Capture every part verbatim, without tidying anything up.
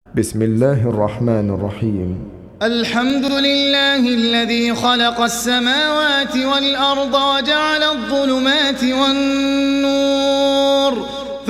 بسم الله الرحمن الرحيم. الحمد لله الذي خلق السماوات والأرض وجعل الظلمات والنور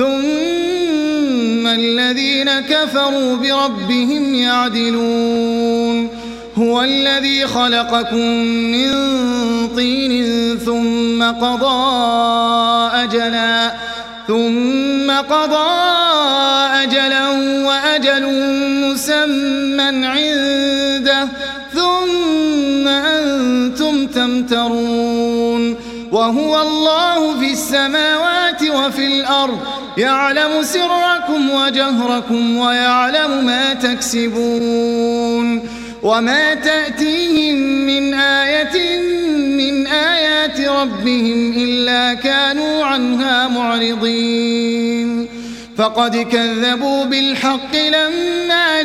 ثم الذين كفروا بربهم يعدلون. هو الذي خلقكم من طين ثم قضى أجلا ثم قضى أجلا وأجل مسمى عنده ثم أنتم تمترون. وهو الله في السماوات وفي الأرض يعلم سركم وجهركم ويعلم ما تكسبون. وما تأتيهم من آية من آيات ربهم إلا كانوا عنها معرضين. فقد كذبوا بالحق لما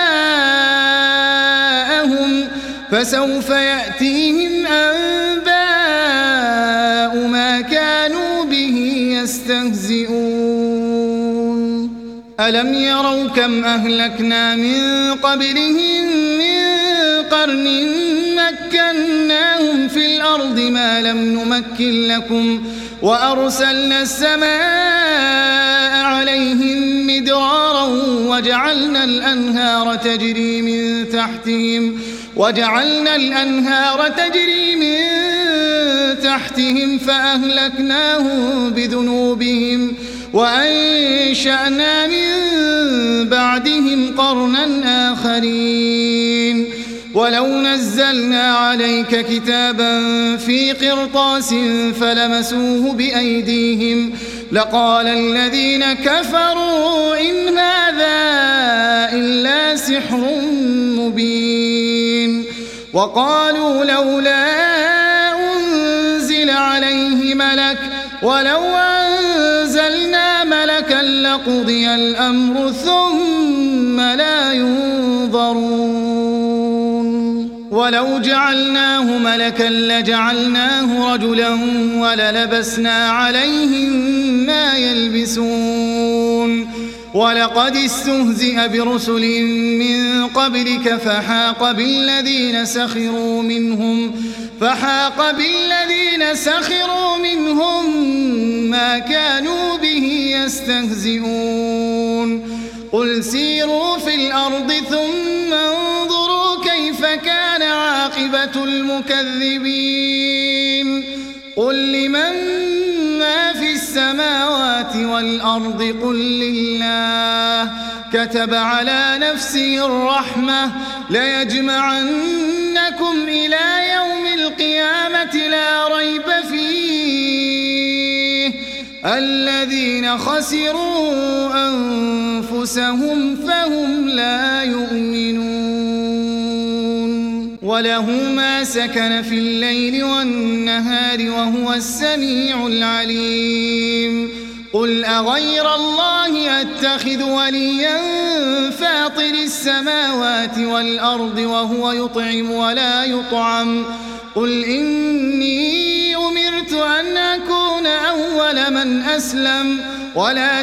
جاءهم فسوف يأتيهم أنباء ما كانوا به يستهزئون. ألم يروا كم أهلكنا من قبلهم من قرن مكناهم في الأرض ما لم نمكن لكم وأرسلنا السماء عليهم مدرارا وجعلنا الأنهار تجري من تحتهم وجعلنا الأنهار تجري من تحتهم فأهلكناهم بذنوبهم وأنشأنا من بعدهم قرنا آخرين. ولو نزلنا عليك كتابا في قرطاس فلمسوه بأيديهم لقال الذين كفروا إن هذا إلا سحر مبين. وقالوا لولا أنزل عليه ملك ولو أنزلنا ملكا لقضي الأمر ثم لا ينظرون. ولو جعلناه ملكا لجعلناه رجلا وللبسنا عليهم ما يلبسون. ولقد استهزئ برسل من قبلك فحاق بالذين سخروا منهم فحاق بالذين سخروا منهم ما كانوا به يستهزئون. قل سيروا في الأرض ثم انظروا كيف كان عاقبة المكذبين. قل لمن ما في السماوات والأرض قل لله كتب على نفسه الرحمة ليجمعنكم إلى يوم القيامة لا ريب فيه الذين خسروا أنفسهم فهم لا يؤمنون. وله ما سكن في الليل والنهار وهو السميع العليم. قل أغير الله أتخذ وليا فاطر السماوات والأرض وهو يطعم ولا يطعم. قل إني أمرت أن أكون أول من أسلم ولا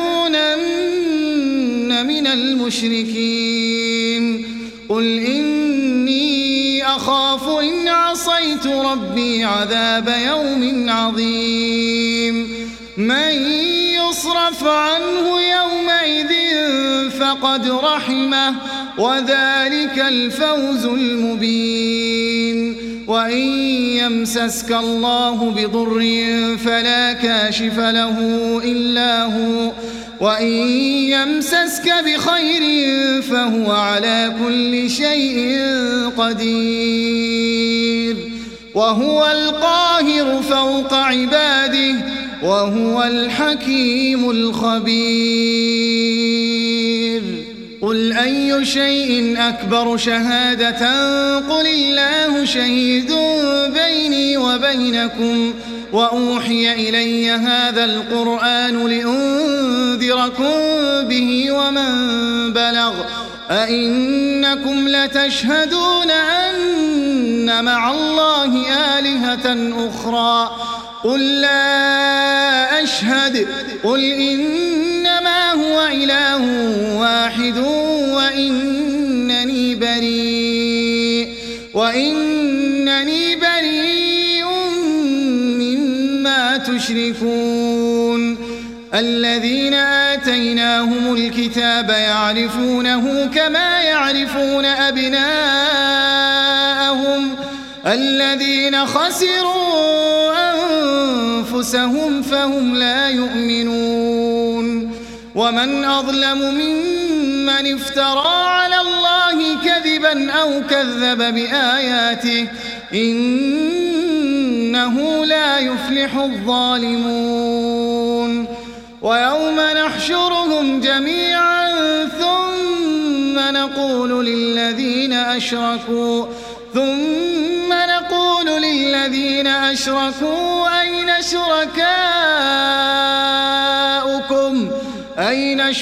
تكونن من المشركين. قل إني أخاف إن عصيت ربي عذاب يوم عظيم. من يصرف عنه يومئذ فقد رحمه وذلك الفوز المبين. وإن يمسسك الله بضر فلا كاشف له إلا هو وإن يمسسك بخير فهو على كل شيء قدير. وهو القاهر فوق عباده وهو الحكيم الخبير. قل أي شيء أكبر شهادة قل الله شهيد بيني وبينكم وأوحي إلي هذا القرآن لأنذركم به ومن بلغ أئنكم لتشهدون أن مع الله آلهة أخرى قل لا أشهد قل إنما هو إله واحد وإنني بريء وإنني بريء مما تشركون الذين آتيناهم الكتاب يعرفونه كما يعرفون أبناءهم الذين خسروا أنفسهم فهم لا يؤمنون ومن أظلم ممن افترى على الله كذبا أو كذب بآياته إنه لا يفلح الظالمون ويوم نحشرهم جميعا ثم نقول للذين أشركوا ثم نقول للذين أشركوا أين شركاؤكم أين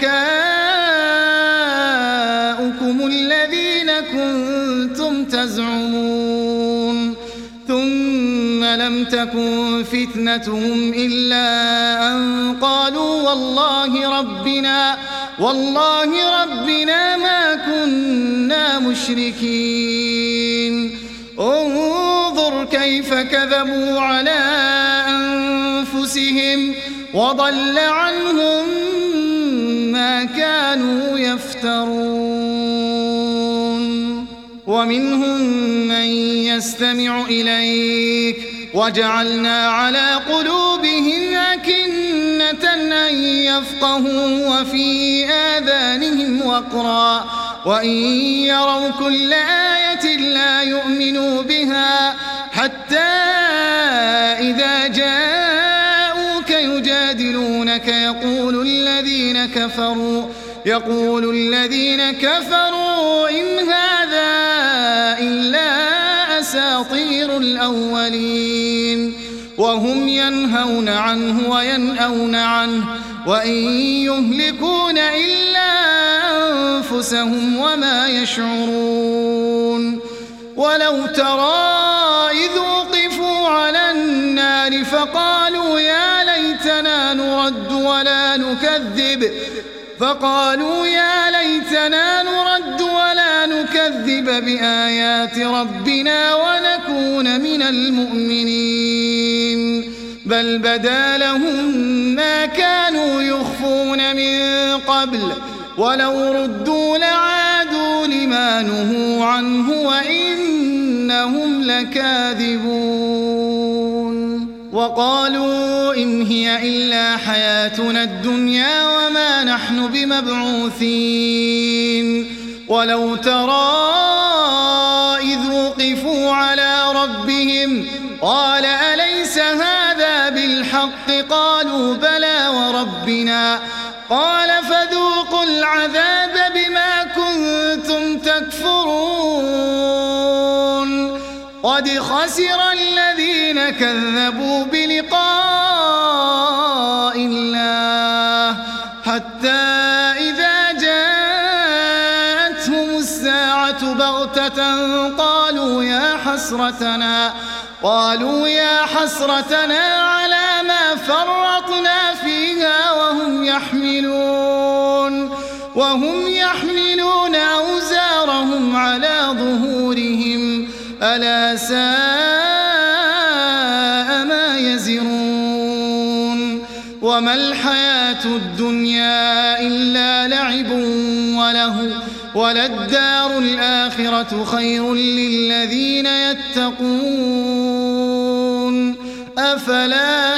شركاؤكم الذين كنتم تزعمون ثم لم تكن فتنتهم إلا أن قالوا والله ربنا والله ربنا ما كنا مشركين انظر كيف كذبوا على أنفسهم وضل عنهم ما كانوا يفترون ومنهم من يستمع إليك وجعلنا على قلوبهم أكنة أن يفقهوا وفي آذانهم وقرا وإن يروا كل آية لا يؤمنوا بها حتى إذا جاءوك يجادلونك يقول الذين كفروا يقول الذين كفروا إن هذا إلا أساطير الأولين وهم ينهون عنه وينأون عنه وإن يهلكون إلا أنفسهم وما يشعرون ولو ترى إذ وقفوا على النار فقالوا يا ليتنا نرد ولا نكذب فقالوا يا ليتنا نرد ولا نكذب بآيات ربنا ونكون من المؤمنين بل بدا لهم ما كانوا يخفون من قبل ولو ردوا لعادوا لما نهوا عنه وإنهم لكاذبون وقالوا إن هي إلا حياتنا الدنيا وما نحن بمبعوثين ولو ترى إذ وقفوا على ربهم قال أليس هذا بالحق قالوا بلى وربنا قال فذوقوا العذاب بما كنتم تكفرون قد خسر الذين كذبوا بلقاء الله حتى إذا جاءتهم الساعة بغتة قالوا يا حسرتنا قالوا يا حسرتنا على ما فرطنا فيها وهم يحملون وهم يحملون أوزارهم على ظهورهم ألا ساء ما يزرون وما الحياة الدنيا إلا لعب وله وللدار الآخرة خير للذين يتقون أفلا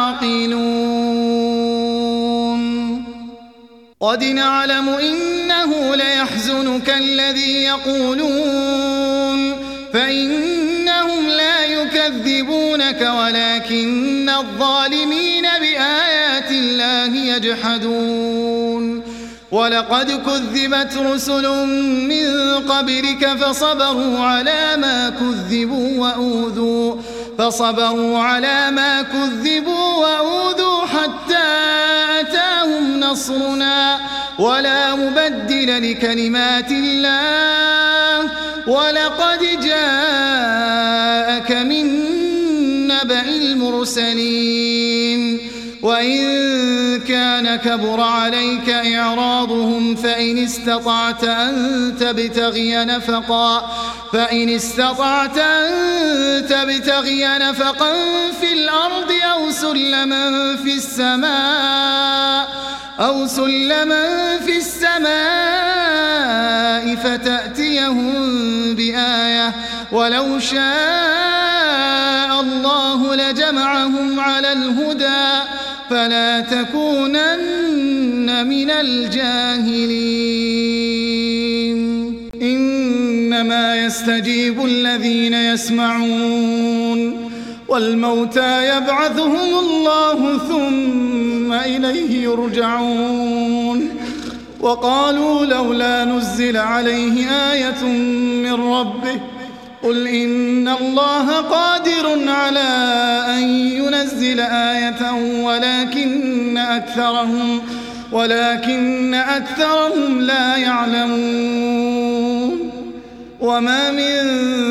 تعقلون قد نعلم إنه ليحزنك الذي يقولون فإنهم لا يكذبونك ولكن الظالمين بآيات الله يجحدون ولقد كذبت رسل من قبلك فصبروا على ما كذبوا وأوذوا فصبروا على ما كذبوا وأوذوا حتى أتاهم نصرنا ولا مبدل لكلمات الله ولقد جاءك من نبأ المرسلين وإن كان كبر عليك إعراضهم فإن استطعت أن تبتغي نفقا فإن استطعت أن تبتغي نفقا في الأرض أو سلما في السماء أو سلما في السماء فتأتيهم بآية ولو شاء الله لجمعهم على الهدى فلا تكونن من الجاهلين إنما يستجيب الذين يسمعون والموتى يبعثهم الله ثم إليه يرجعون وقالوا لولا نزل عليه آية من ربه قل إن الله قادر على أن ينزل آية ولكن أكثرهم ولكن أكثرهم لا يعلمون وما من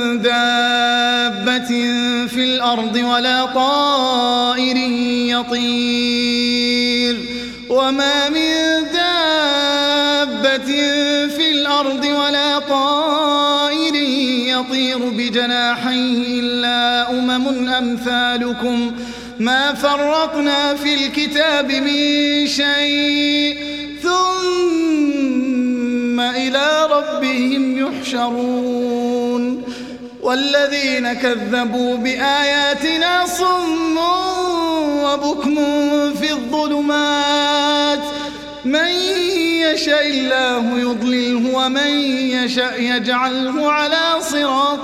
دابة في الأرض ولا طائر يطير وما من دابة في الأرض ولا طائر يطير بجناحيه إلا أمم أمثالكم ما فرطنا في الكتاب من شيء ثم إلى ربهم يحشرون والذين كذبوا بآياتنا صم وبكم في الظلمات من يشاء الله يضلله ومن يشاء يجعله على صراط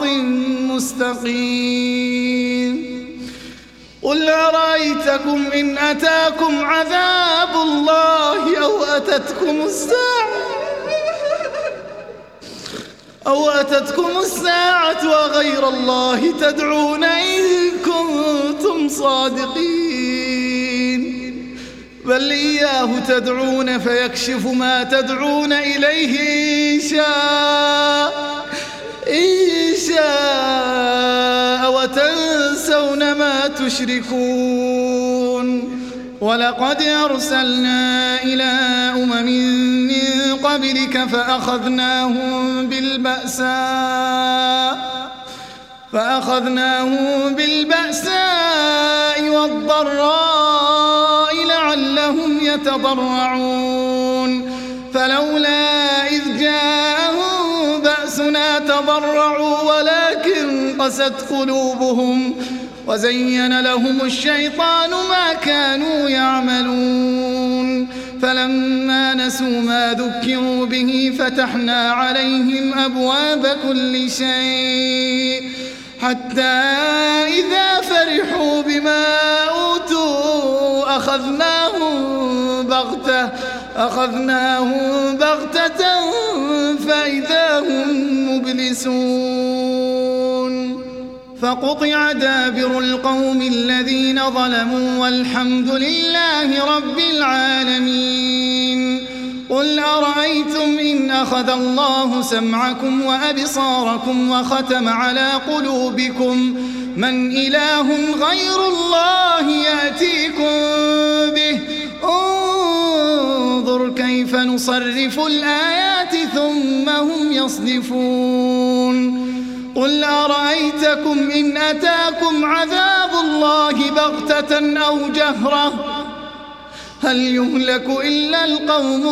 مستقيم قل أرأيتكم إن أتاكم عذاب الله أو أتتكم الساعة أو أتتكم الساعة وغير الله تدعون إن كنتم صادقين بل إياه تدعون فيكشف ما تدعون إليه إن شاء إن شاء وتنسون ما تشركون ولقد أرسلنا إلى أمم من قبلك فأخذناهم بالبأساء فأخذناهم بالبأساء والضراء لعلهم يتضرعون فلولا إذ جاءهم بأسنا تضرعوا ولكن قست قلوبهم وزين لهم الشيطان ما كانوا يعملون فلما نسوا ما ذكروا به فتحنا عليهم أبواب كل شيء حتى إذا فرحوا بما أوتوا أخذناهم بغتة أخذناهم بغتة فإذا هم مبلسون فقطع دابر القوم الذين ظلموا والحمد لله رب العالمين قل أرأيتم إن أخذ الله سمعكم وأبصاركم وختم على قلوبكم من إله غير الله يأتيكم به انظر كيف نصرف الآيات ثم هم يصدفون قل أرأيتكم إن أتاكم عذاب الله بغتة أو جهرة هل يهلك إلا القوم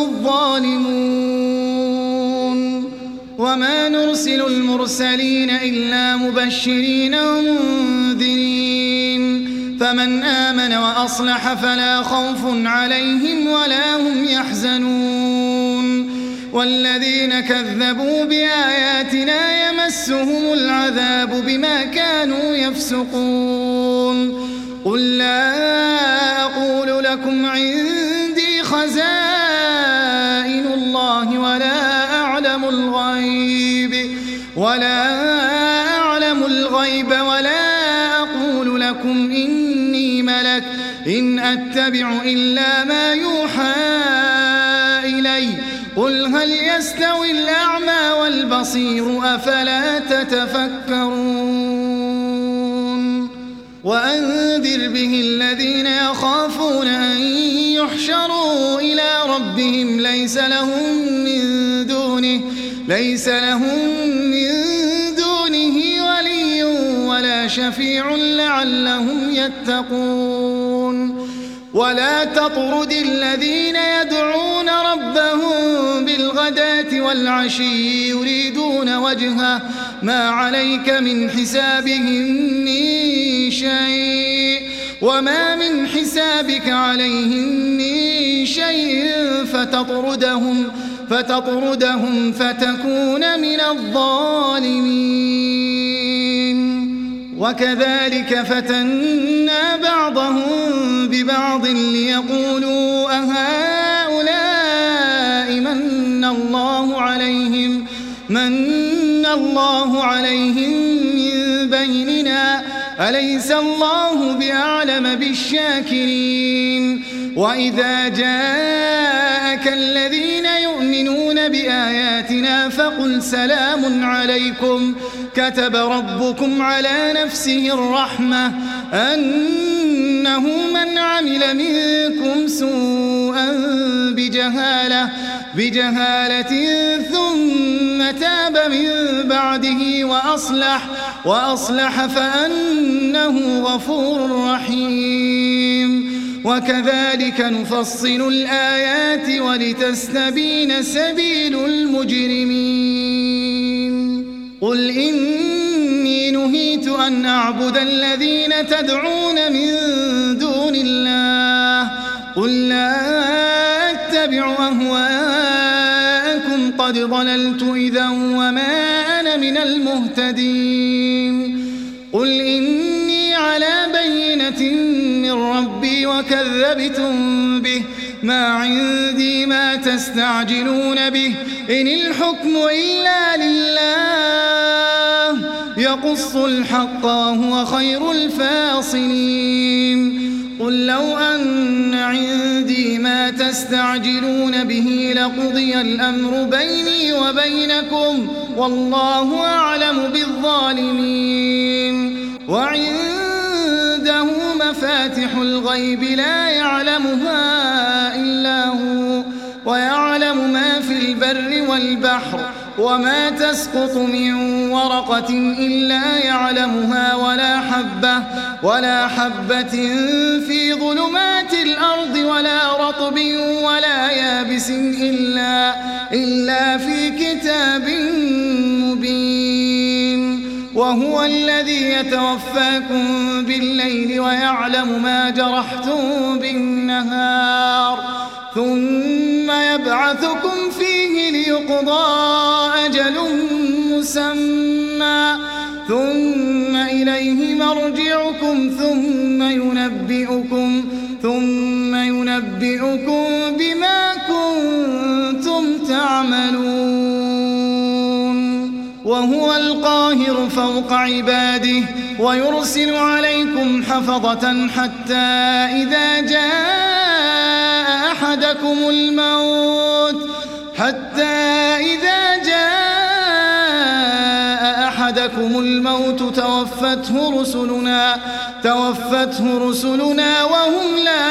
الظالمون وما نرسل المرسلين إلا مبشرين ومنذرين فمن آمن وأصلح فلا خوف عليهم ولا هم يحزنون والذين كذبوا بآياتنا يمسهم العذاب بما كانوا يفسقون قل لا أقول لكم عندي خزائن الله ولا أعلم الغيب ولا أعلم الغيب ولا أقول لكم إني ملك إن أتبع إلا ما يوحى إلي قل هل يستوي الأعمى والبصير أفلا تتفكرون وأنذر به الذين يخافون أن يحشروا إلى ربهم ليس لهم من دونه ليس لهم من دونه ولي ولا شفيع لعلهم يتقون. ولا تطرد الذين يدعون ربهم بالغداة والعشي يريدون وجهه ما عليك من حسابهم من شيء وما من حسابك عليهم من شيء فتطردهم فتطردهم فتكون من الظالمين. وكذلك فتنا بعضهم ببعض ليقولوا أهؤلاء من الله عليهم من الله عليهم من بيننا أليس الله بأعلم بالشاكرين. وإذا جاءك الذين يؤمنون بآياتنا فقل سلام عليكم كتب ربكم على نفسه الرحمة أنه من عمل منكم سوءا بجهالة بجهالة ثم تاب من بعده وأصلح وأصلح فأنه غفور رحيم. وكذلك نفصل الآيات ولتستبين سبيل المجرمين. قل إني نهيت أن أعبد الذين تدعون من دون الله قل لا أتبع أهواءكم قد ضللت إذا وما أنا من المهتدين. قل إني على بينة من ربي وكذبتم به ما عندي ما تستعجلون به إن الحكم إلا لله يقص الحق وهو خير الفاصلين. قل لو أن عندي ما تستعجلون به لقضي الأمر بيني وبينكم والله أعلم بالظالمين. وعنده مفاتح الغيب لا يعلمها إلا هو ويعلم ما في البر والبحر وما تسقط من ورقة إلا يعلمها ولا حبة ولا حبة في ظلمات الأرض ولا رطب ولا يابس إلا إلا في كتاب مبين. وهو الذي يتوفاكم بالليل ويعلم ما جرحتم بالنهار ثم يبعثكم فيه ليقضى أجل مسمى ثم إليه مرجعكم ثم ينبئكم ثم ينبئكم بما كنتم تعملون. وهو القاهر فوق عباده ويرسل عليكم حفظة حتى إذا جاء أحدكم الموت حتى إذا جاء أحدكم الموت توفته رسلنا توفته رسلنا وهم لا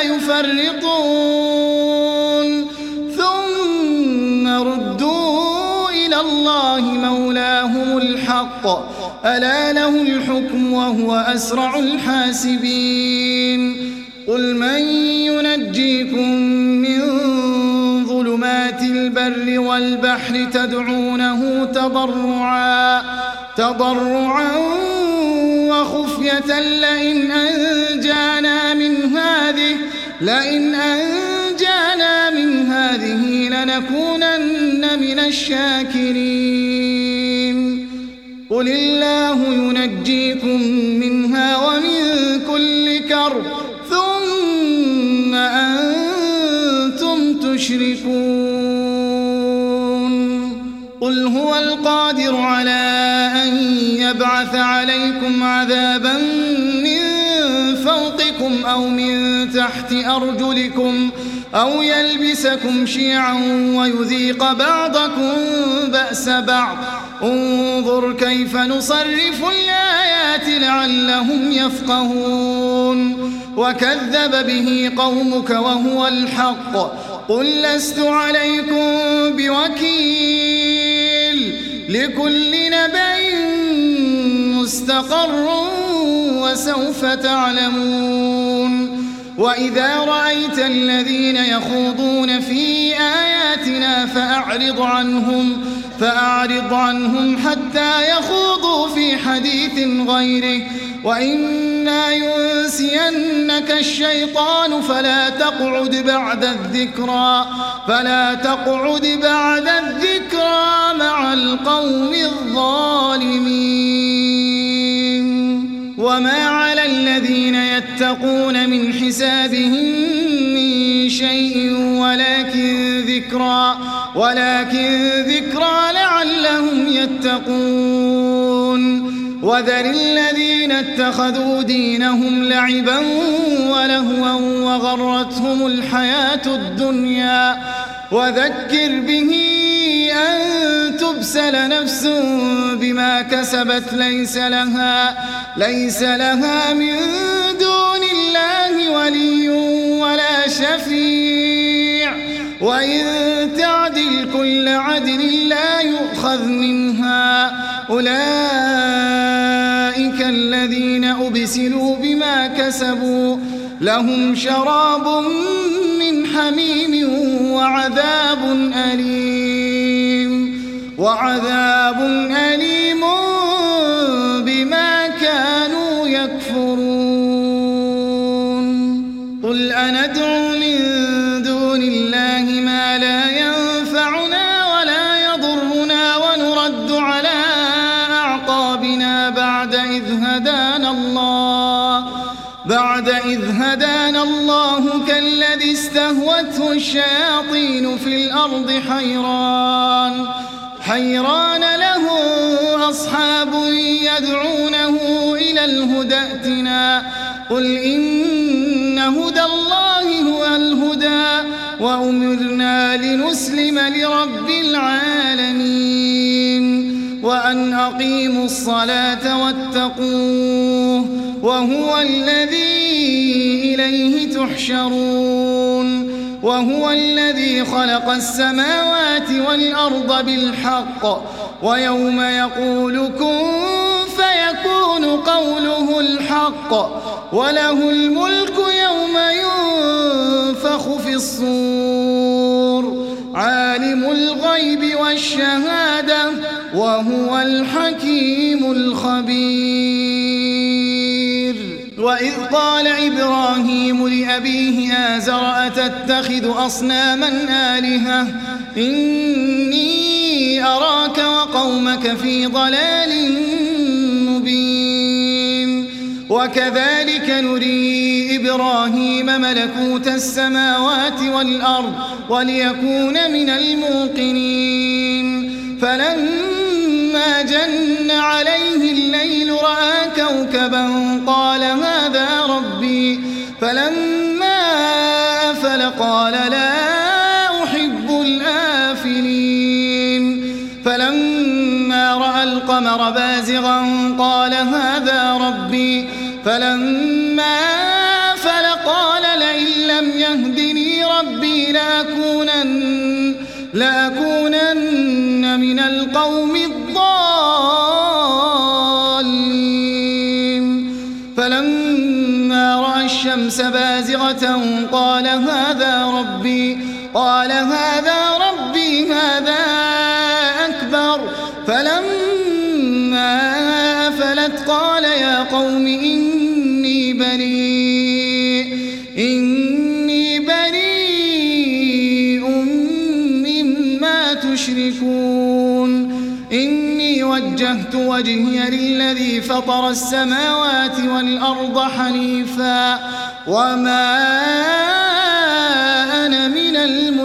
يفرطون ثم ردوا إلى الله مولاهم الحق ألا له الحكم وهو أسرع الحاسبين. قل من ينجيكم من ظلمات البر والبحر تدعونه تضرعا تضرعا وخفية لئن أنجانا من هذه لئن أنجانا من هذه لنكونن من الشاكرين. قل الله ينجيكم منها ومن كل كرب ثم أنتم تشركون. قل هو القادر على أن يبعث عليكم عذابا من فوقكم أو من تحت أرجلكم أو يلبسكم شيعا ويذيق بعضكم بأس بعض انظر كيف نصرف الآيات لعلهم يفقهون وكذب به قومك وهو الحق قل لست عليكم بوكيل لكل نبأ مستقر وسوف تعلمون وإذا رأيت الذين يخوضون في آياتنا فأعرض عنهم فأعرض عنهم حتى يخوضوا في حديث غيره وإما ينسينك الشيطان فلا تقعد بعد الذكرى فلا تقعد بعد الذكرى مع القوم الظالمين وما على الذين يتقون من حسابهم من شيء ولكن ذكرى ولكن ذكرى لعلهم يتقون وذر الذين اتخذوا دينهم لعبا ولهوا وغرتهم الحياة الدنيا وذكر به أن تبسل نفس بما كسبت ليس لها ليس لها من دون الله ولي ولا شفيع وإن تعدل كل عدل لا يؤخذ منها أولئك الذين أبسلوا بما كسبوا لهم شراب من حميم وعذاب أليم وعذاب أليم بما كانوا يكفرون قل أندعو من دون الله ما لا ينفعنا ولا يضرنا ونرد على أعقابنا بعد إذ هدانا الله بعد إذ هدانا الله كالذي استهوته الشياطين في الأرض حيران حيران له أصحاب يدعونه إلى الهدى ائتنا قل إن هدى الله هو الهدى وأمرنا لنسلم لرب العالمين وأن أقيموا الصلاة واتقوه وهو الذي إليه تحشرون وهو الذي خلق السماوات والأرض بالحق ويوم يقول كن فيكون قوله الحق وله الملك يوم ينفخ في الصور عالم الغيب والشهادة وهو الحكيم الخبير وإذ قال إبراهيم لأبيه آزر أتتخذ أصناما آلهة إني أراك وقومك في ضلال مبين وكذلك نري إبراهيم ملكوت السماوات والأرض وليكون من الموقنين فلما جن عليه الليل رأى كوكبا قال هذا ربي فلما أفل قال لا أحب الآفلين فلما رأى القمر بازغا قال هذا ربي فلما أفل قال لئن لم يهدني ربي لأكونن, لأكونن من القوم الضالين فلما رأى الشمس بازغة قال هذا ربي قال هذا ربي هذا أكبر فلما أفلت قال يا قوم إني بريء إني بريء مما تشركون إني وجهت وجهي للذي فطر السماوات والأرض حنيفا وما أنا من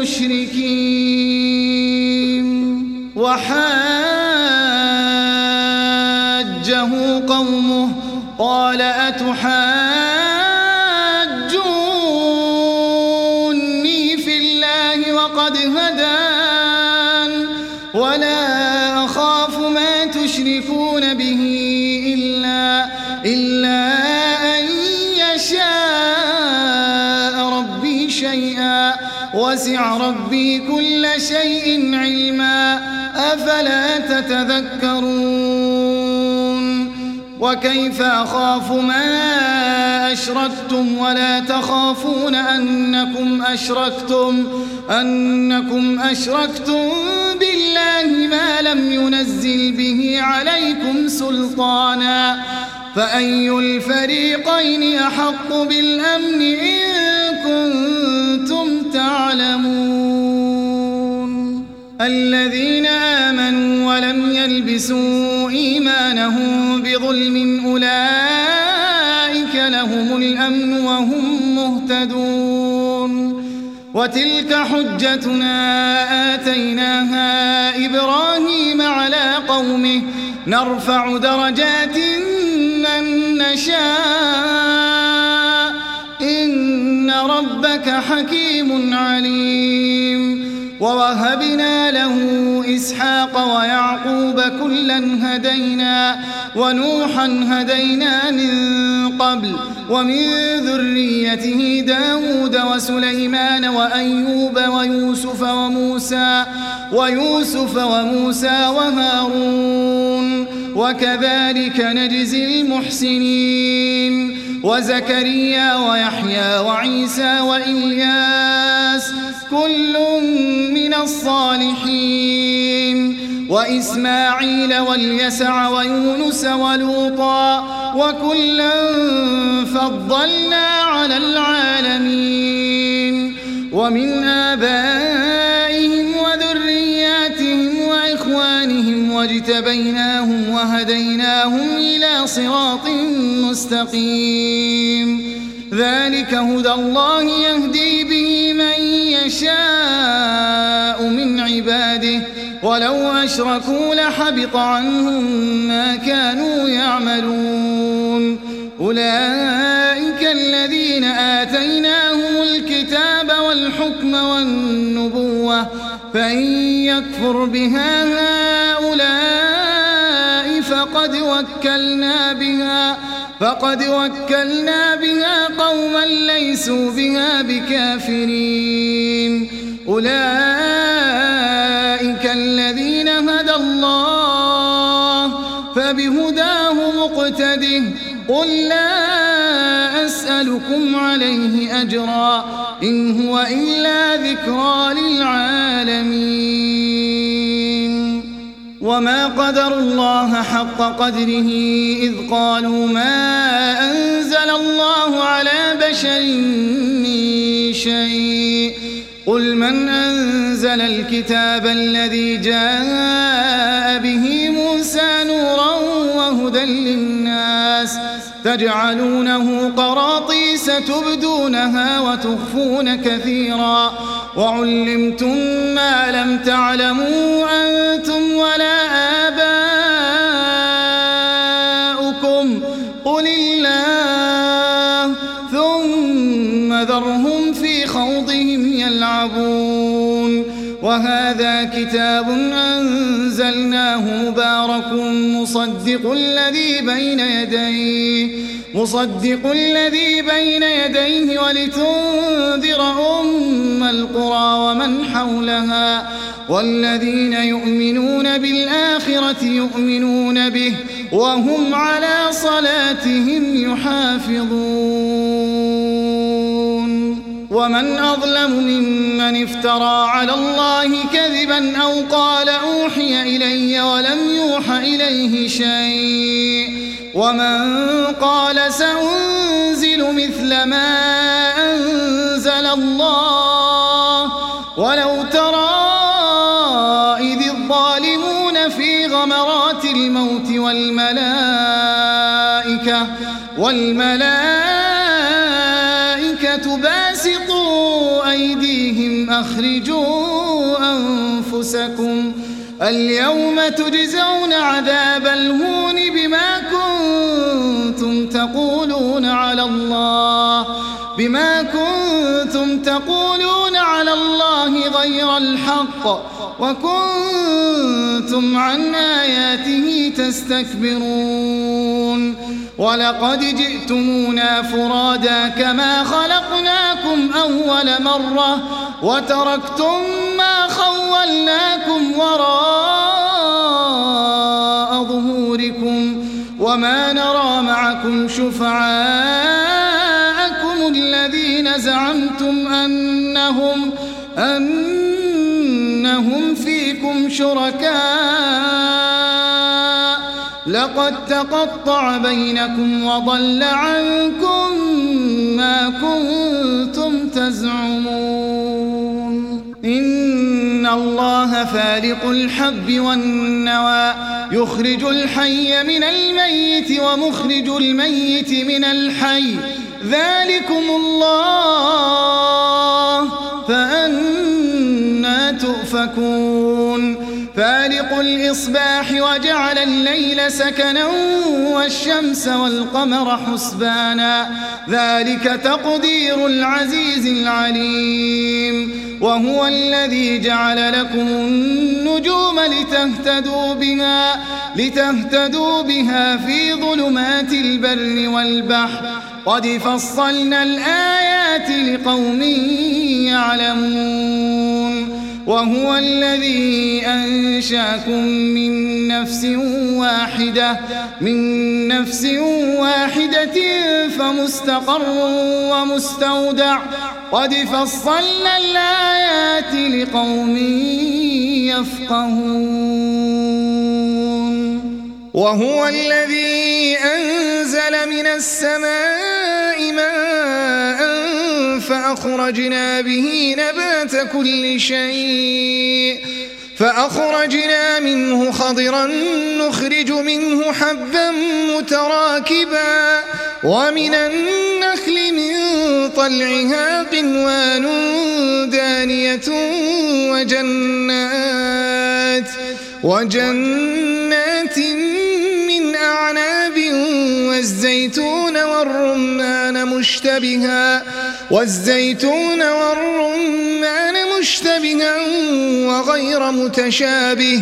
المشركين وحاجه قومه قال أتحاجوني أخاف ما تشركون به إلا, إلا أن يشاء ربي شيئا وسع ربي كل شيء علما أفلا تتذكرون وكيف أخاف ما أشركتم ولا تخافون أنكم أشركتم أنكم أشركتم بالله ما لم ينزل به عليكم سلطانا فأي الفريقين أحق بالأمن إن كنتم تعلمون الذين آمنوا ولم يلبسوا إيمانهم بظلم أولئك لهم الأمن وهم مهتدون وتلك حجتنا آتيناها إبراهيم على قومه نرفع درجات من نشاء إن ربك حكيم عليم ووهبنا له إسحاق ويعقوب كلا هدينا ونوحا هدينا من قبل ومن ذريته داود وسليمان وأيوب ويوسف وموسى ويوسف وموسى وهارون وكذلك نجزي المحسنين وزكريا ويحيى وعيسى وإلياس كل من الصالحين وإسماعيل واليسع ويونس ولوطا وكلا فضلنا على العالمين ومن آبائهم وذرياتهم وإخوانهم واجتبيناهم وهديناهم إلى صراط مستقيم ذلك هدى الله يهدي به من يشاء من عباده ولو أشركوا لحبط عنهم ما كانوا يعملون أولئك الذين آتيناهم الكتاب والحكم والنبوة فإن يكفر بها هؤلاء فقد وكلنا بها فقد وكلنا بها قوما ليسوا بها بكافرين أولئك الذين هدى الله فبهداه مقتده قل لا أسألكم عليه أجرا إن هو إلا ذكرى للعالمين وما قدروا الله حق قدره إذ قالوا ما أنزل الله على بشر من شيء قل من أنزل الكتاب الذي جاء به موسى نورا وهدى للناس تجعلونه قراطيس تبدونها وتخفون كثيرا وعلمتم ما لم تعلموا أنتم ولا آباؤكم قل الله ثم ذرهم في خوضهم يلعبون وهذا كتاب أنزلناه مبارك مصدق الذي بين يديه مصدق الذي بين يديه ولتنذر أم القرى ومن حولها والذين يؤمنون بالآخرة يؤمنون به وهم على صلاتهم يحافظون ومن أظلم ممن افترى على الله كذبا أو قال أوحي إلي ولم يوح إليه شيء ومن قال سأنزل مثل ما أنزل الله ولو ترى إذ الظالمون في غمرات الموت والملائكة والملائكة باسطوا أيديهم أخرجوا أنفسكم اليوم تجزون عذاب الهون بما كنتم تقولون على الله بما كنتم تقولون على الله غير الحق وكنتم عن آياته تستكبرون ولقد جئتمونا فرادا كما خلقناكم أول مرة وتركتم ما خولناكم وراء ظهوركم وما نرى معكم شفعاءكم الذين زعمتم أنهم أنهم فيكم شركاء لقد تقطع بينكم وضل عنكم ما كنتم تزعمون إن الله فالق الحب والنوى يخرج الحي من الميت ومخرج الميت من الحي ذلكم الله فأنى تؤفكون فالق الإصباح وجعل الليل سكنا والشمس والقمر حسبانا ذلك تقدير العزيز العليم وهو الذي جعل لكم النجوم لتهتدوا بها لتهتدوا بها في ظلمات البر والبحر قد فصلنا الآيات لقوم يعلمون وهو الذي أنشاكم من نفس واحدة من نفس واحدة فمستقر ومستودع قد فصلنا الآيات لقوم يفقهون وهو الذي أنزل من السماء ماء فأخرجنا به نبات كل شيء فأخرجنا منه خضرا نخرج منه حبا متراكبا ومن النخل من طلعها قنوان دانية وجنات وجنات من أعناب والزيتون والرمان مشتبها والزيتون والرمان مشتبها وغير متشابه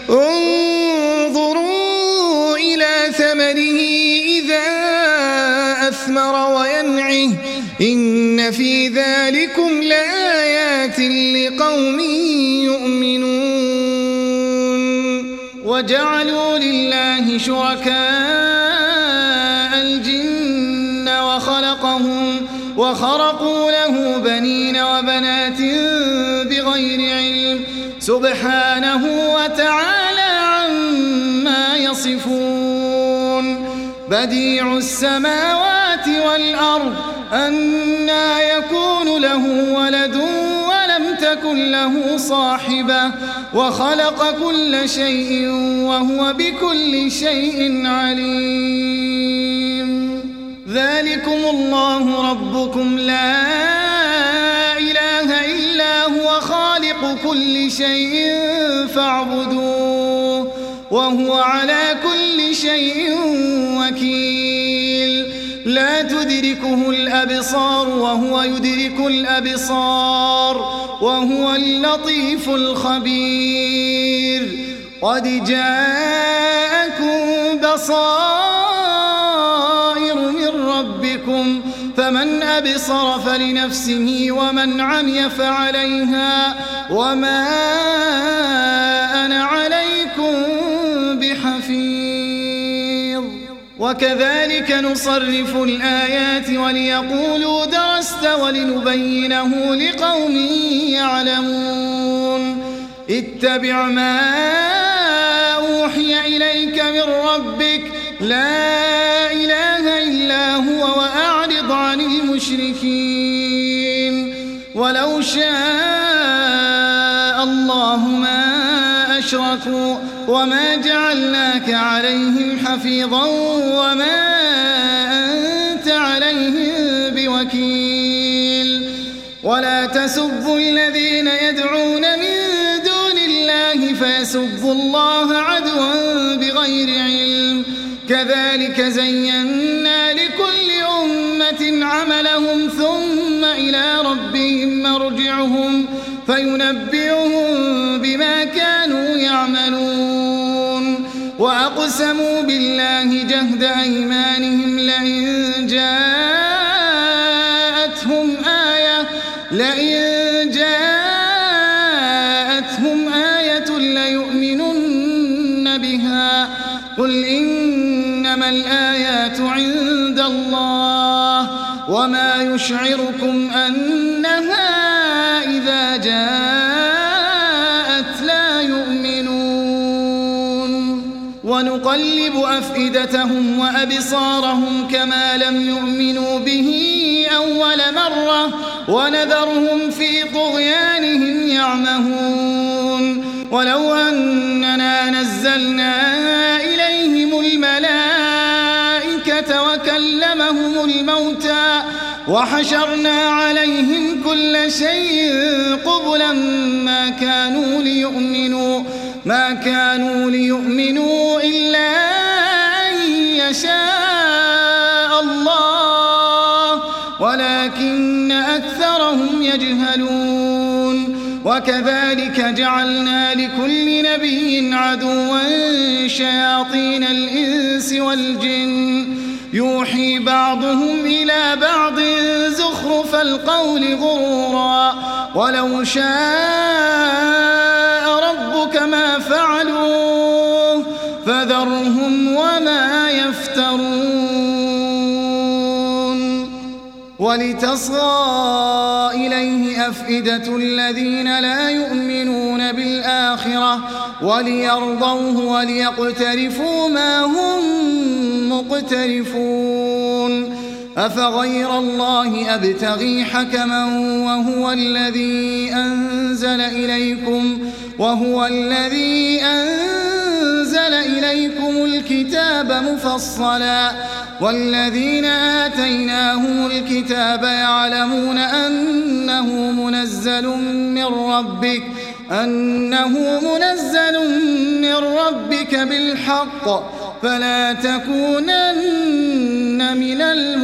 انظروا إلى ثمره إذا أثمر وينعه إن في ذلكم لآيات لقوم يؤمنون وجعلوا لله شركاء الجن وخلقهم وخرقوا له بنين وبنات بغير علم سبحانه وتعالى عما يصفون بديع السماوات والأرض أنى يكون له ولد ولم تكن له صاحبة وخلق كل شيء وهو بكل شيء عليم ذلكم الله ربكم لا إله إلا هو خالق كل شيء فاعبدوه وهو على كل شيء وكيل لا تدركه الأبصار وهو يدرك الأبصار وهو اللطيف الخبير قد جاءكم بصائر من ربكم فمن أبصر فلنفسه ومن عمي فعليها وما أنا عليكم بحفيظ وكذلك نصرف الآيات وليقولوا درست ولنبينه لقوم يعلمون اتبع ما أوحي إليك من ربك لا إله إلا هو وأعرض عن المشركين ولو شاء الله ما أشركوا وما جعلناك عليهم حفيظا وما أنت عليهم بوكيل ولا تسبوا الذين يدعون من دون الله فيسبوا الله عدوا بغير علم كذلك زينا لكل أمة عملهم ثم إلى ربهم مرجعهم فينبئهم بما كانوا يعملون وأقسموا بالله جهد أيمانهم لئن جاءتهم آية لئن جاءتهم آية ليؤمنن بها قل إنما الآيات عند الله وما يشعركم أنها إذا جاءت لا يؤمنون ونقلب أفئدتهم وأبصارهم كما لم يؤمنوا به أول مرة ونذرهم في طغيانهم يعمهون ولو أننا نزلنا إليهم الملائكة وكلمهم الموتى وحشرنا عليهم كل شيء قبلا ما كانوا ليؤمنوا ما كانوا ليؤمنوا إلا أن يشاء الله ولكن أكثرهم يجهلون وكذلك جعلنا لكل نبي عدوا شياطين الإنس والجن يوحي بعضهم إلى بعض زخرف القول غرورا ولو شاء ربك ما فعلوه فذرهم وما يفترون ولتصغى إليه أفئدة الذين لا يؤمنون بالآخرة وليرضوه وليقترفوا ما هم مقترفون أفغير الله أبتغي حكما وهو الذي أنزل إليكم وهو الذي أنزل إليكم الكتاب مفصلا والذين آتيناهم الكتاب يعلمون أنه منزل من ربك أنه منزل من ربك بالحق فلا تكونن من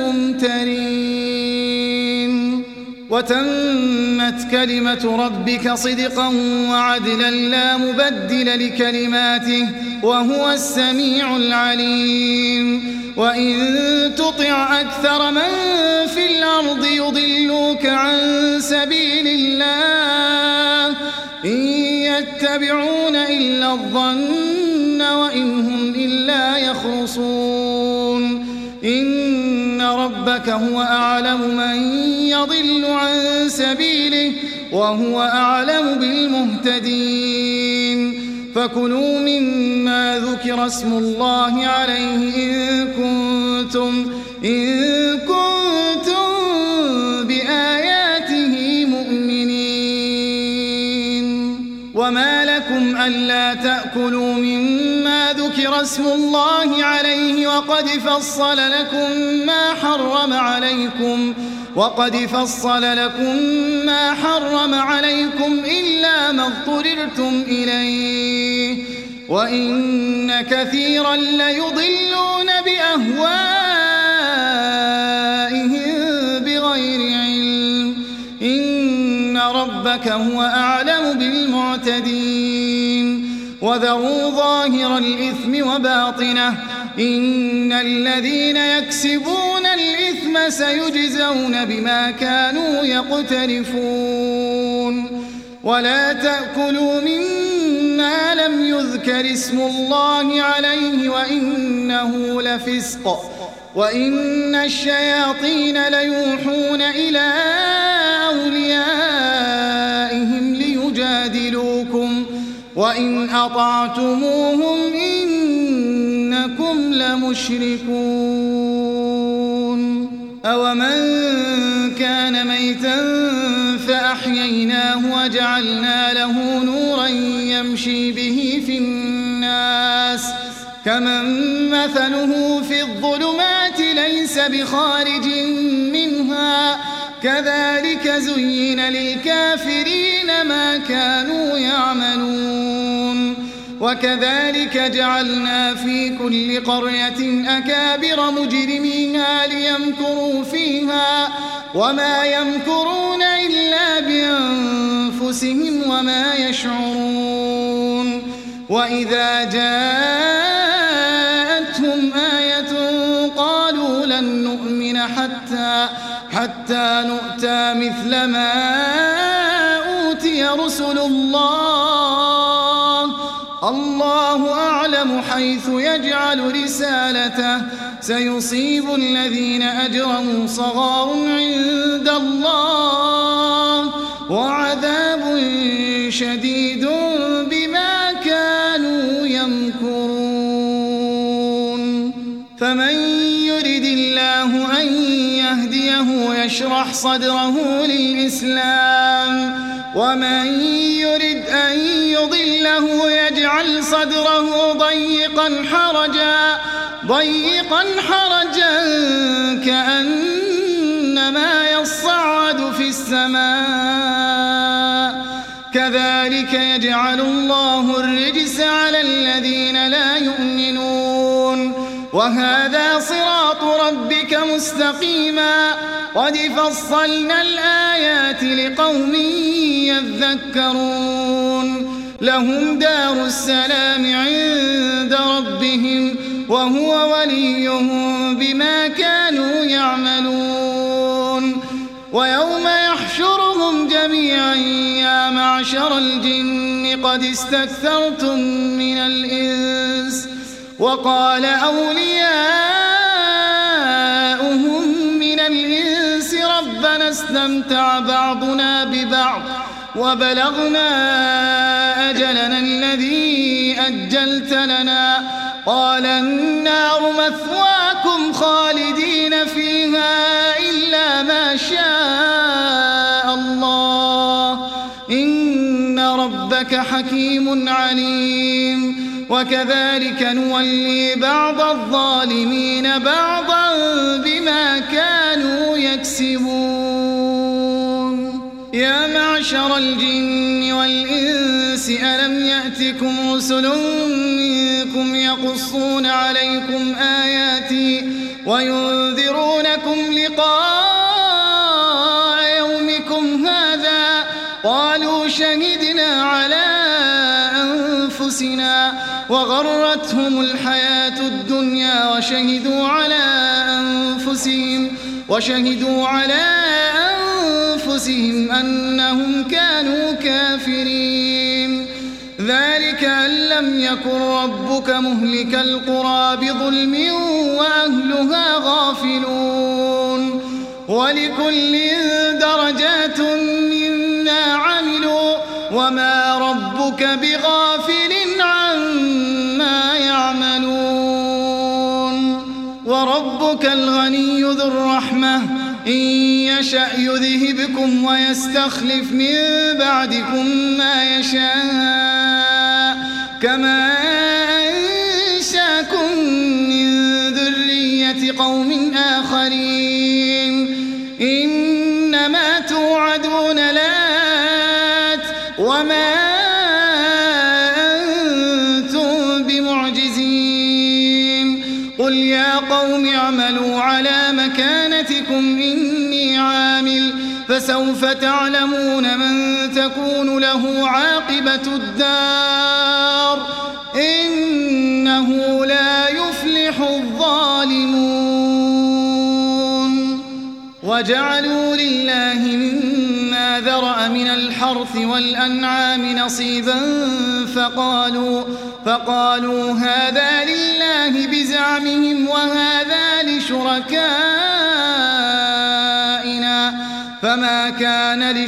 الممترين وتمت كلمة ربك صدقا وعدلا لا مبدل لكلماته وهو السميع العليم وإن تطع أكثر من في الأرض يضلوك عن سبيل الله إن يتبعون إلا الظن وإن هم إلا يخرصون إن ربك هو أعلم من يضل عن سبيله وهو أعلم بالمهتدين فكلوا مما ذكر اسم الله عليه إن كنتم إن كنتم بآياته مؤمنين وما لكم ألا تأكلوا مما ذكر اسم الله عليه وقد فصل لكم ما حرم عليكم وقد فصل لكم ما حرم عليكم إلا ما اضطررتم إليه وإن كثيرا ليضلون بأهوائهم بغير علم إن ربك هو أعلم بالمعتدين وذروا ظاهر الإثم وباطنه إن الذين يكسبون الإثم سيجزون بما كانوا يقترفون ولا تأكلوا مما لم يذكر اسم الله عليه وإنه لفسق وإن الشياطين ليوحون إلى أوليائهم ليجادلوكم وإن أطعتموهم إنكم لمشركون أومن كان ميتا فأحييناه وجعلنا له نورا يمشي به في الناس كمن مثله في الظلمات ليس بخارج منها كذلك زين للكافرين ما كانوا يعملون وكذلك جعلنا في كل قرية أكابر مجرميها ليمكروا فيها وما يمكرون إلا بأنفسهم وما يشعرون وإذا جاءتهم آية قالوا لن نؤمن حتى حتى نؤتى مثل ما أوتي رسل الله الله أعلم حيث يجعل رسالته سيصيب الذين أجرموا صغار عند الله وعذاب شديد بما كانوا يمكرون فمن يرد الله أن يهديه يشرح صدره للإسلام ومن يرد أن يضله يجعل صدره ضيقا حرجا ضيقا حرجا كأنما يصعد في السماء كذلك يجعل الله الرجس على الذين لا يؤمنون وهذا صراط ربك مستقيما قد فصلنا الآيات لقوم يذكرون لهم دار السلام عند ربهم وهو وليهم بما كانوا يعملون ويوم يحشرهم جميعا يا معشر الجن قد استكثرتم من الإنس وقال أولياؤهم من الإنس ربنا استمتع بعضنا ببعض وبلغنا أجلنا الذي أجلت لنا قال النار مثواكم خالدين فيها إلا ما شاء الله إن ربك حكيم عليم وكذلك نولي بعض الظالمين بعضا بما كانوا يكسبون يا معشر الجن والإنس ألم يأتكم رسل منكم يقصون عليكم آياتي وينذرونكم لقاء يومكم هذا قالوا شهدنا على أنفسنا وغرتهم الحياة الدنيا وشهدوا على أنفسهم وشهدوا على أنفسهم أنهم كانوا كافرين ذلك أن لم يكن ربك مهلك القرى بظلم وأهلها غافلون ولكل درجات مما عملوا وما ربك بغافل عما يعملون وربك الغني ذو الرحمة إن يشأ يذهبكم ويستخلف من بعدكم ما يشاء كما أنشاكم من ذرية قوم آخرين إنما توعدون لآت وما أنتم بمعجزين قل يا قوم اعملوا على مكانتكم إني عامل فسوف تعلمون من تكون له عاقبة الدار إنه لا يفلح الظالمون وجعلوا لله مما ذرأ من الحرث والأنعام نصيبا فقالوا فقالوا هذا لله بزعمهم وهذا لشركائنا فما كان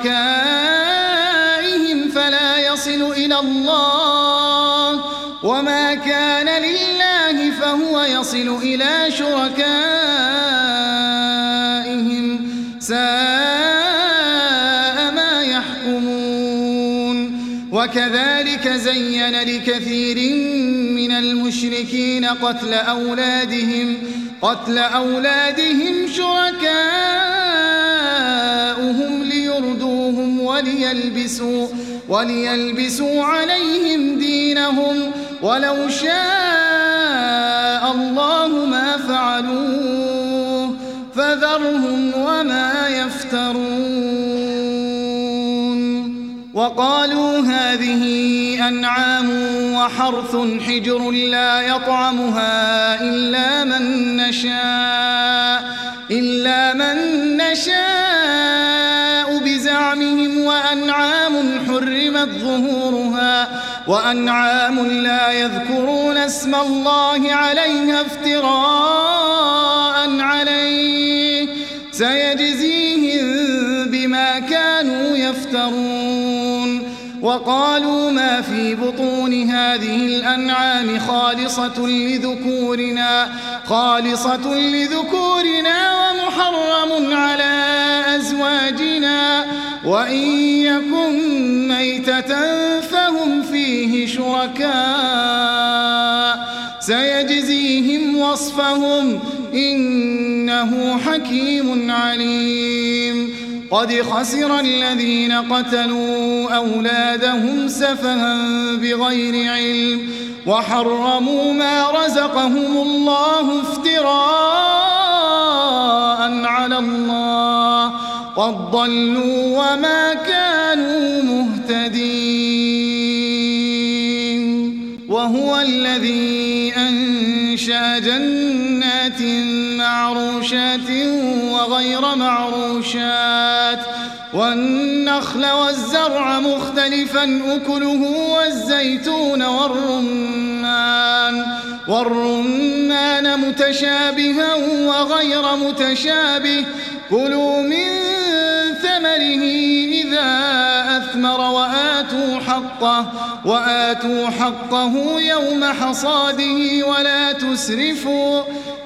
لشركائهم فلا يصل إلى الله وما كان لله فهو يصل إلى شركائهم ساء ما يحكمون وكذلك زين لكثير من المشركين قتل أولادهم قتل أولادهم شركاؤهم ليردوهم وليلبسوا وليلبسوا عليهم دينهم ولو شاء الله ما فعلوه فذرهم فذرهم وما يفترون. وقالوا هذه أنعام وحرث حجر لا يطعمها إلا من نشاء إلا من نشاء بزعمهم وأنعام حرمت ظهورها وأنعام لا يذكرون اسم الله عليها افتراء عليه سيجزيهم بما كانوا يفترون. وقالوا ما في بطون هذه الأنعام خالصة لذكورنا خالصة لذكورنا ومحرم على أزواجنا وإن يكن ميتة فهم فيه شركاء سيجزيهم وصفهم إنه حكيم عليم. قد خسر الذين قتلوا أولادهم سفها بغير علم وحرموا ما رزقهم الله افتراء على الله قد ضلوا وما كانوا مهتدين. وهو الذي أنشأ جنات معروشات وغير معروشات والنخل والزرع مختلفا أكله والزيتون والرمان والرمان متشابها وغير متشابه كلوا من ثمره إذا أثمر وآتوا حقه وآتوا حقه يوم حصاده ولا تسرفوا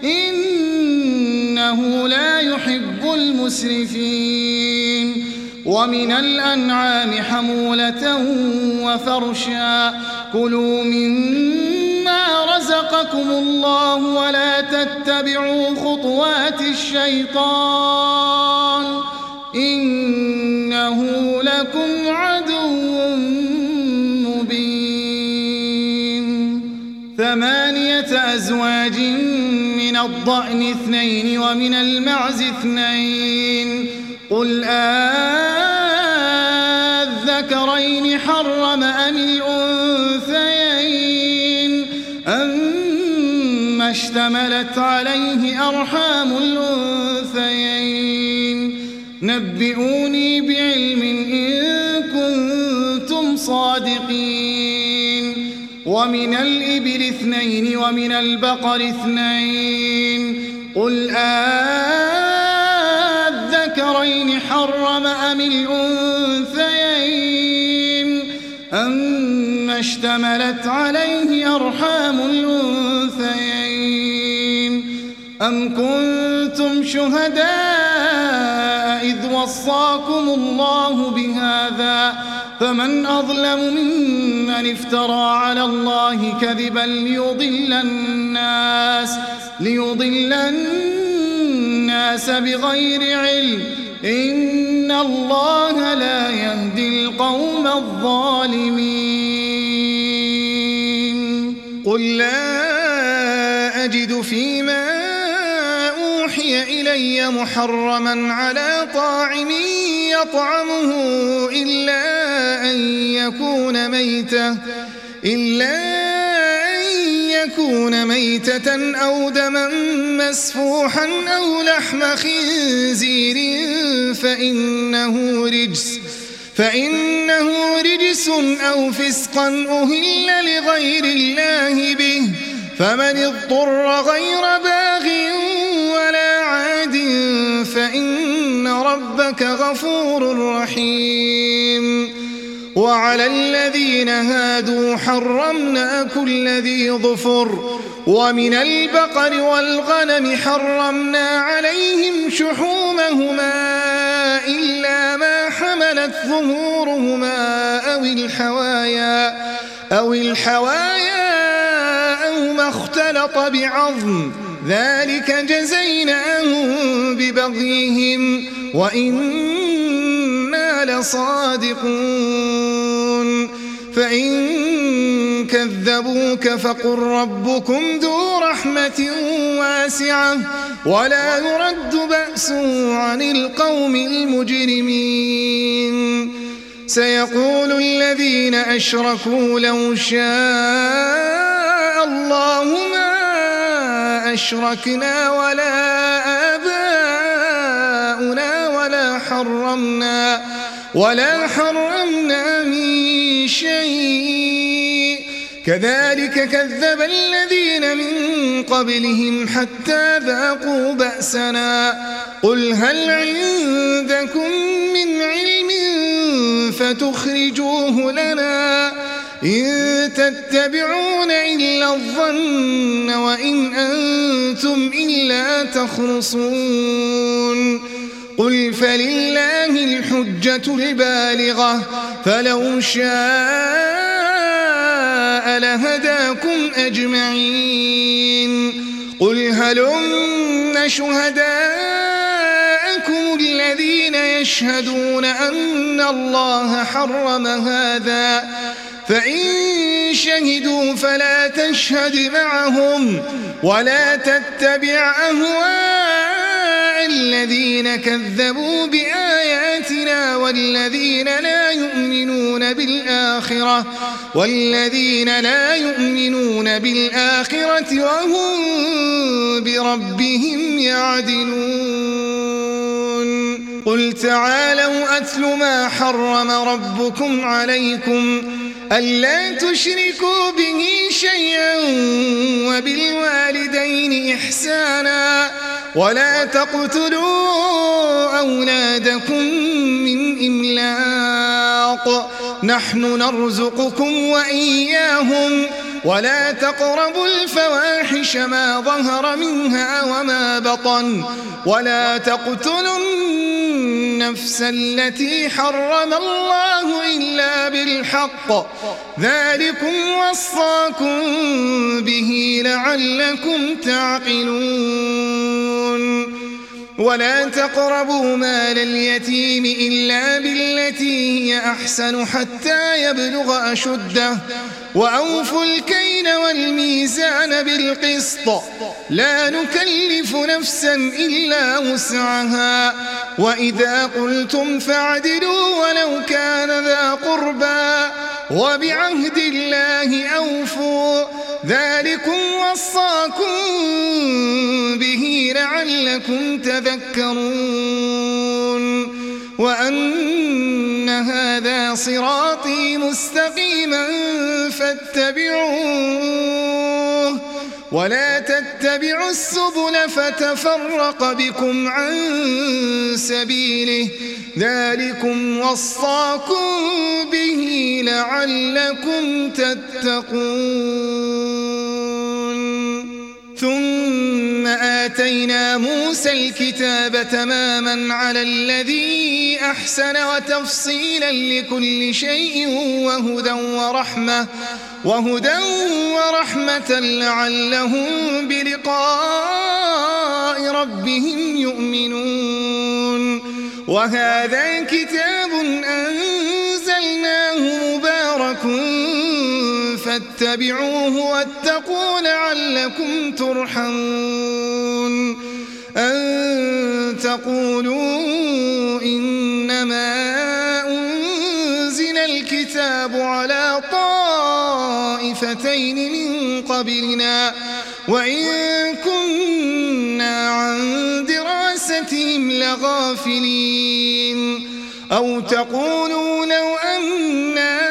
إنه لا يحب المسرفين. ومن الأنعام حمولة وفرشا كلوا مما رزقكم الله ولا تتبعوا خطوات الشيطان إنه لكم عدو مبين. ثمانية أزواج من الضأن اثنين ومن المعز اثنين قل أذكرين حرم أم الأنثيين أما اشتملت عليه أرحام الأنثيين نبئوني بعلم إن كنتم صادقين. ومن الإبل اثنين ومن البقر اثنين قل أذكرين حرم أم الأنثيين أما اشتملت عليه أرحام الأنثيين أم كنتم شهداء إذ وصاكم الله بهذا فمن أظلم ممن افترى على الله كذبا ليضل الناس ليضل الناس بغير علم إن الله لا يهدي القوم الظالمين. قل لا أجد فيما أوحي إلي محرما على طاعم يطعمه إلا أن يكون ميتة إلا أن يكون ميتة أو دما مسفوحا أو لحم خنزير فإنه رجس فإنه رجس أو فسقا أهل لغير الله به فمن اضطر غير باغ ولا عاد فإن ربك غفور رحيم. وعلى الذين هادوا حرمنا كل ذي ظفر ومن البقر والغنم حرمنا عليهم شحومهما إلا ما حملت ظهورهما أو الحوايا أو الحوايا أو ما اختلط بعظم ذلك جزيناهم ببغيهم وإنا لصادقون. فإن كذبوك فقل ربكم ذو رحمة واسعة ولا يرد بأسه عن القوم المجرمين سيقول الذين أشركوا لو شاء الله ما أشركنا ولا آباؤنا ولا حرمنا ولا حرمنا من شيء كذلك كذب الذين من قبلهم حتى ذاقوا بأسنا قل هل عندكم من علم فتخرجوه لنا إن تتبعون إلا الظن وإن أنتم إلا تخرصون قل فلله الحجة البالغة فلو شاء لهداكم أجمعين قل هلم شهداءكم الذين يشهدون أن الله حرم هذا فإن شهدوا فلا تشهد معهم ولا تتبع أهواء الذين كذبوا بآياتنا والذين لا يؤمنون بالآخرة والذين لا يؤمنون بالآخرة وهم بربهم يعدلون قل تعالوا أتل ما حرم ربكم عليكم ألا تشركوا به شيئا وبالوالدين إحسانا ولا تقتلوا أولادكم من إملاق نحن نرزقكم وإياهم ولا تقربوا الفواحش ما ظهر منها وما بطن ولا تقتلوا النفس التي حرم الله إلا بالحق ذلكم وصاكم به لعلكم تعقلون ولا تقربوا مال اليتيم إلا بالتي هي أحسن حتى يبلغ أشده وأوفوا الكيل والميزان بالقسط لا نكلف نفسا إلا وسعها وإذا قلتم فاعدلوا ولو كان ذا قربى وبعهد الله أوفوا ذلكم وصاكم به لعلكم تذكرون وأن هذا صراطي مستقيما فاتبعوه ولا تتبعوا السبل فتفرق بكم عن سبيله ذلكم وصاكم به لعلكم تتقون ثم آتينا موسى الكتاب تماما على الذي أحسن وتفصيلا لكل شيء وهدى ورحمة وهدى ورحمة لعلهم بلقاء ربهم يؤمنون وهذا كتاب أنزلناه مبارك فاتبعوه واتقوا لعلكم ترحمون أن تقولوا إنما أنزل الكتاب على طائفتين من قبلنا وإن كنا عن دراستهم لغافلين أو تقولوا لو أنا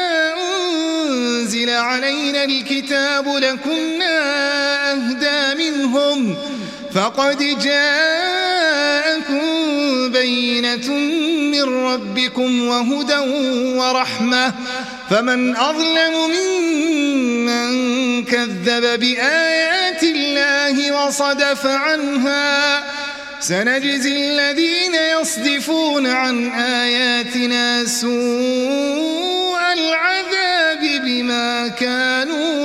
أنزل علينا الكتاب لكنا أهدى منهم فقد جاءكم بينة من ربكم وهدى ورحمة فمن أظلم ممن كذب بآيات الله وصدف عنها سنجزي الذين يصدفون عن آياتنا سوء العذاب بما كانوا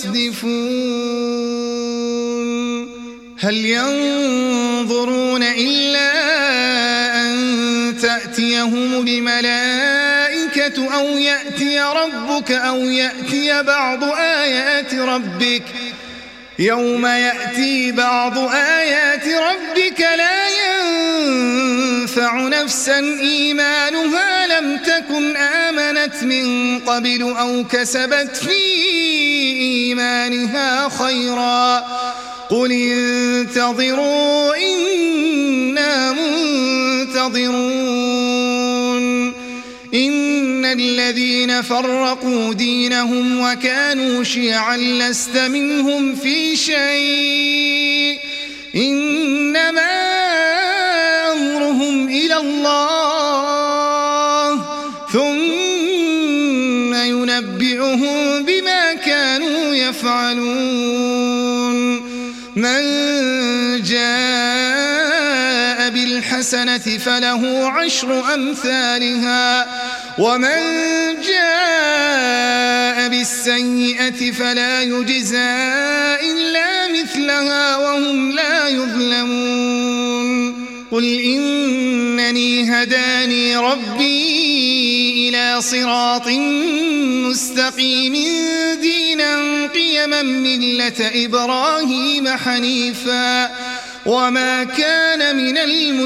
يصدفون هل ينظرون إلا أن تأتيهم الملائكة أو يأتي ربك أو يأتي بعض آيات ربك يوم يأتي بعض آيات ربك لا ينفع نفسا إيمانها لم تكن آمنت من قبل أو كسبت في إيمانها خيرا قل انتظروا إنا منتظرون إن الذين فرقوا دينهم وكانوا شيعا لست منهم في شيء إنما أمرهم إلى الله ثم ينبئهم بما كانوا يفعلون من جاء بالحسنة فله عشر أمثالها ومن جاء بالسيئة فلا يجزى إلا مثلها وهم لا يظلمون قل إنني هداني ربي إلى صراط مستقيم دينا قيما ملة إبراهيم حنيفا وما كان من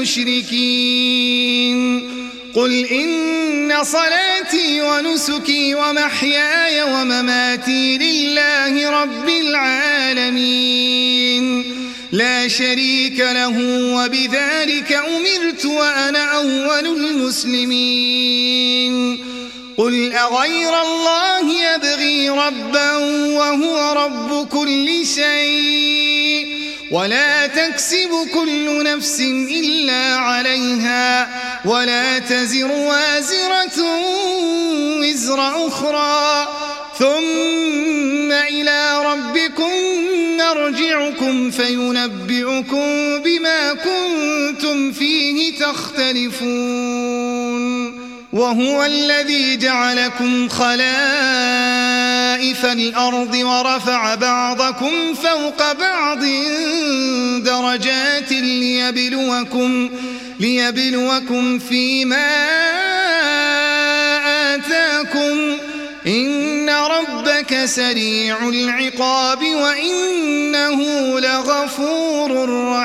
المشركين قل إن صلاتي ونسكي ومحياي ومماتي لله رب العالمين لا شريك له وبذلك أمرت وأنا أول المسلمين قل أغير الله يبغي ربا وهو رب كل شيء ولا تكسب كل نفس إلا عليها ولا تزر وازرة وزر أخرى ثم إلى ربكم نرجعكم فينبئكم بما كنتم فيه تختلفون وهو الذي جعلكم خلائف الأرض ورفع بعضكم فوق بعض درجات ليبلوكم, ليبلوكم فيما آتاكم إن ربك سريع العقاب وإنه لغفور